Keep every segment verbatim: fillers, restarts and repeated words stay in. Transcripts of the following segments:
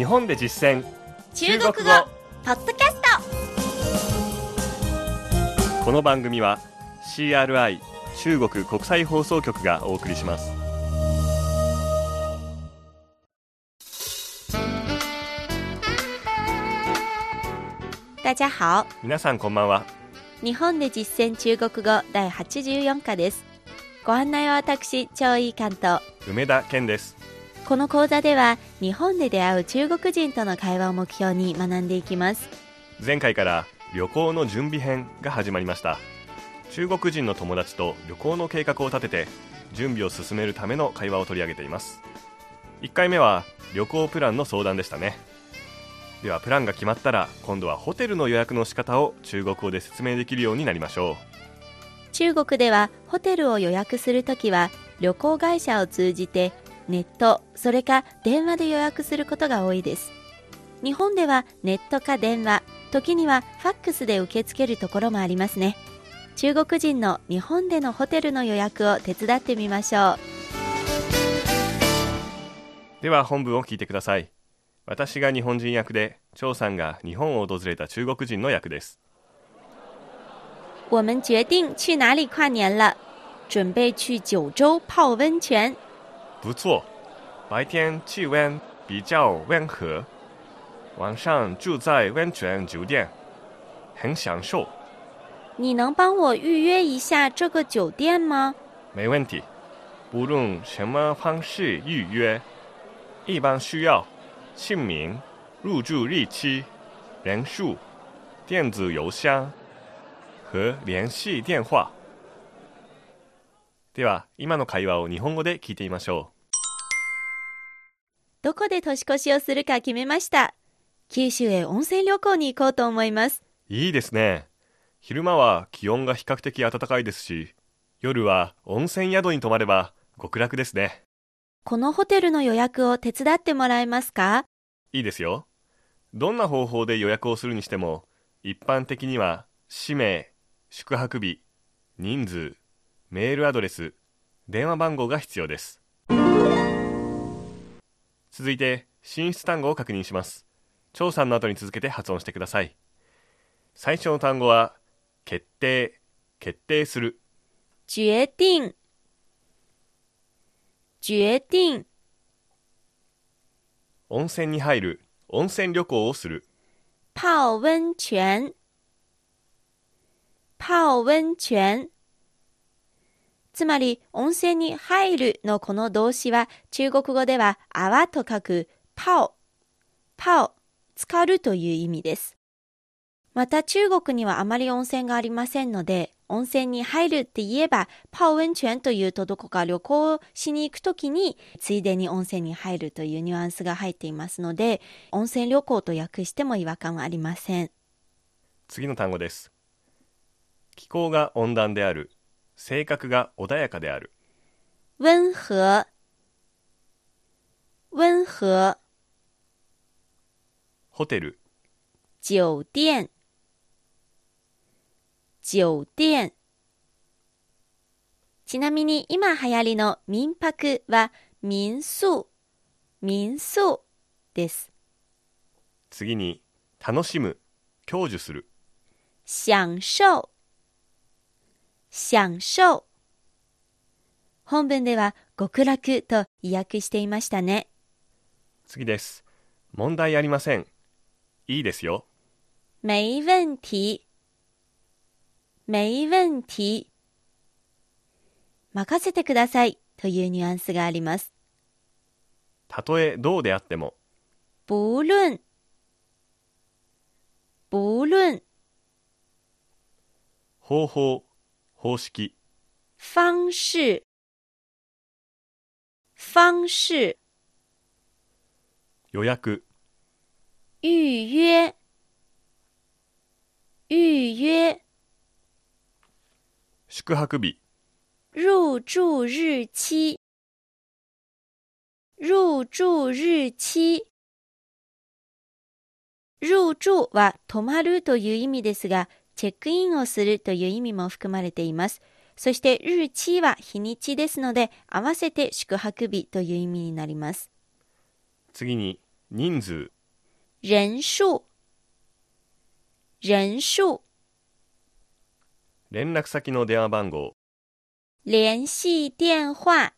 日本で実践中国語ポッドキャスト。 この番組は シーアールアイ 中国国際放送局がお送りします。 大家好。 皆さんこんばんは。 日本で実践中国語だいはちじゅうよん課です。ご案内は私、張井関と梅田健です。 この講座では日本で出会う中国人との会話を目標に学んでいきます。 前回から旅行の準備編が始まりました。中国人の友達と旅行の計画を立てて準備を進めるための会話を取り上げています。いっかいめは旅行プランの相談でしたね。ではプランが決まったら今度はホテルの予約の仕方を中国語で説明できるようになりましょう。 中国ではホテルを予約するときは旅行会社を通じてネット、それか電話で予約することが多いです。日本ではネットか電話、時にはファックスで受け付けるところもありますね。中国人の日本でのホテルの予約を手伝ってみましょう。 では本文を聞いてください。私が日本人役で、張さんが日本を訪れた中国人の役です。 我们决定去哪里跨年了，准备去九州泡温泉。 不错，白天气温比较温和，晚上住在温泉酒店，很享受。 你能帮我预约一下这个酒店吗？ 没问题，不论什么方式预约，一般需要姓名、入住日期、人数、電子郵箱和聯繫電話。では今の会話を日本語で聞いてみましょう。 どこで年越しをするか決めました。九州へ温泉旅行に行こうと思います。 いいですね。昼間は気温が比較的暖かいですし、夜は温泉宿に泊まれば極楽ですね。 このホテルの予約を手伝ってもらえますか？ いいですよ。どんな方法で予約をするにしても、一般的には氏名、宿泊日、人数、メールアドレス、電話番号が必要です。続いて進出単語を確認します。張さんの後に続けて発音してください。最初の単語は決定、決定する。 決定、決定。 温泉に入る、温泉旅行をする。 泡温泉、泡温泉。つまり温泉に入るのこの動詞は中国語では泡と書く泡、泡、浸かるという意味です。また中国にはあまり温泉がありませんので、温泉に入るって言えば泡温泉というとどこか旅行しに行くときについでに温泉に入るというニュアンスが入っていますので、温泉旅行と訳しても違和感はありません。 次の単語です。気候が温暖である、性格が穏やかである。 温和、温和。 ホテル、 酒店、酒店。ちなみに今流行りの民泊は民宿、民宿です。 次に楽しむ、享受する。 享受、享受。本文では極楽と意訳していましたね。 次です。問題ありません。いいですよ。 没問題、没問題。任せてくださいというニュアンスがあります。 たとえどうであっても。 不論、不論。 方法、方式。 方式、方式。 予約、 預約、預約。 宿泊日、 入住日期、入住日期。入住は泊まるという意味ですが、チェックインをするという意味も含まれています。そして日期は日にちですので、合わせて宿泊日という意味になります。 次に人数、 人数、人数、 連絡先の電話番号、 联系電話、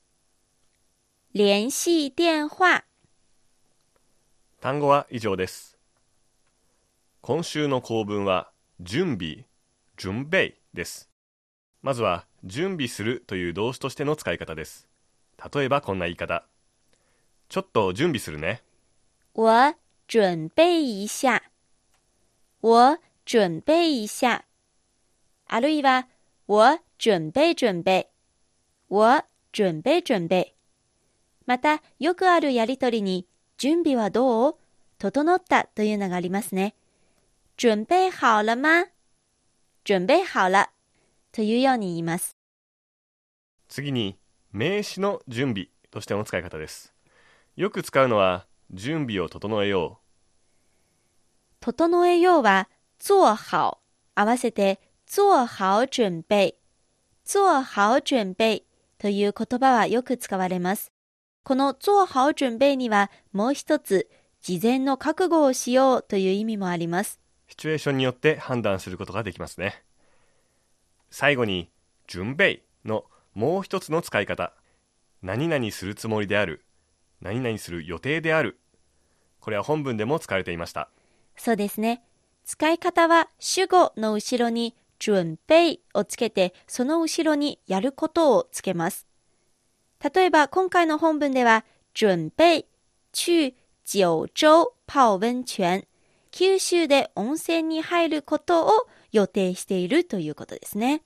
联系電話。 単語は以上です。今週の構文は準備、準備です。まずは準備するという動詞としての使い方です。例えばこんな言い方。ちょっと準備するね。 我準備一下。我準備一下。あるいは我準備準備。我準備準備。またよくあるやりとりに準備はどう？整ったというのがありますね。準備好了嗎？準備好了というように言います。 次に名詞の準備としての使い方です。よく使うのは準備を整えよう。 整えようは做好、合わせて做好準備、做好準備という言葉はよく使われます。この做好準備にはもう一つ、事前の覚悟をしようという意味もあります。 シチュエーションによって判断することができますね。最後に準備のもう一つの使い方。何々するつもりである、何々する予定である。これは本文でも使われていました。 そうですね。使い方は主語の後ろに準備をつけて、その後ろにやることをつけます。例えば今回の本文では準備去九州泡温泉、九州で温泉に入ることを予定しているということですね。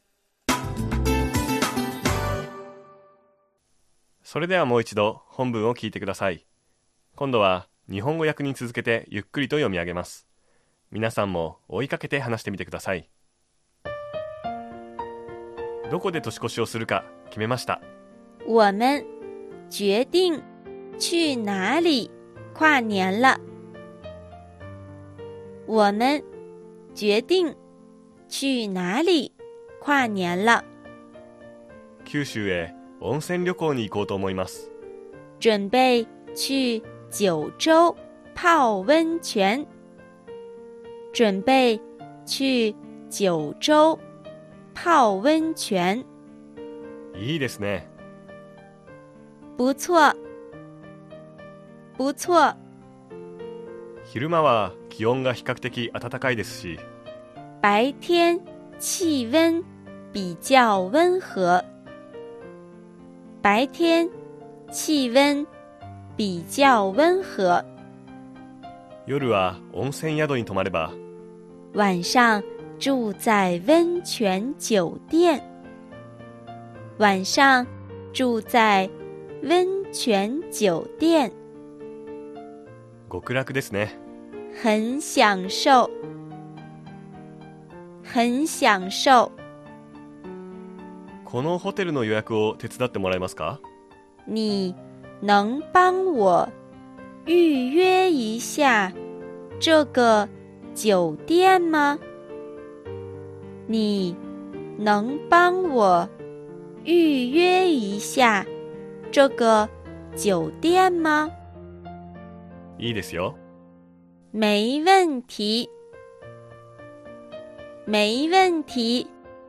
それではもう一度本文を聞いてください。今度は日本語訳に続けてゆっくりと読み上げます。皆さんも追いかけて話してみてください。どこで年越しをするか決めました。 我们決定去哪里跨年了。我们決定去哪里跨年了。 九州へ温泉旅行に行こうと思います。 準備去九州泡温泉。準備去九州泡温泉。 いいですね。 不錯。不錯。 昼間は気温が比較的暖かいですし、 白天氣溫比較溫和。白天氣溫比較溫和。 夜は温泉宿に泊まれば、 晚上住在溫泉酒店。晚上住在溫泉酒店。 極楽ですね。 很享受。很享受。 このホテルの予約を手伝ってもらえますか？ 你能幫我預約一下這個酒店嗎？你能幫我預約一下這個酒店嗎？ いいですよ。 沒問題。沒問題。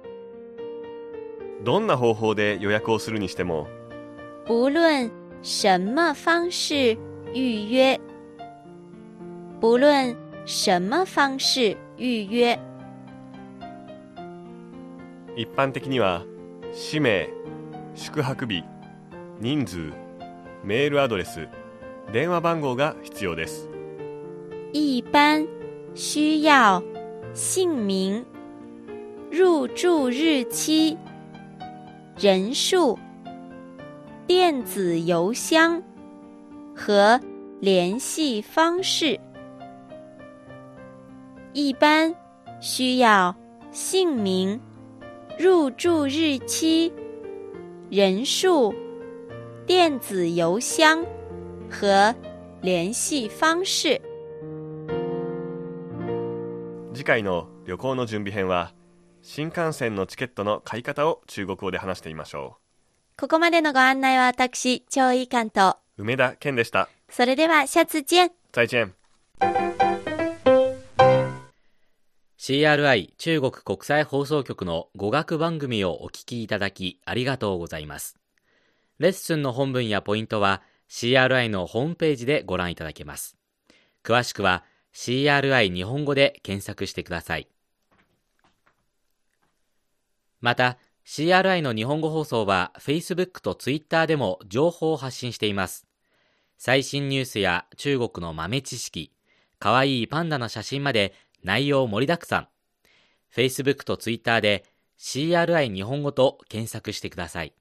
どんな方法で予約をするにしても、 不論什麼方式預約。不論什麼方式預約。 一般的には氏名、宿泊日、人数、メールアドレス、電話番号が必要です。 一般需要姓名、入住日期、人數、電子郵箱和聯繫方式。一般需要姓名、入住日期、人數、電子郵箱和聯繫方式。 次回の旅行の準備編は、新幹線のチケットの買い方を中国語で話してみましょう。ここまでのご案内は私、張井関と梅田健でした。 それでは下次見。 再见。 シーアールアイ 中国国際放送局の語学番組をお聞きいただきありがとうございます。レッスンの本文やポイントは シーアールアイ のホームページでご覧いただけます。詳しくは シーアールアイ 日本語で検索してください。また、シーアールアイ の日本語放送は Facebook と Twitter でも情報を発信しています。最新ニュースや中国の豆知識、かわいいパンダの写真まで内容盛りだくさん。Facebook と Twitter で シーアールアイ 日本語と検索してください。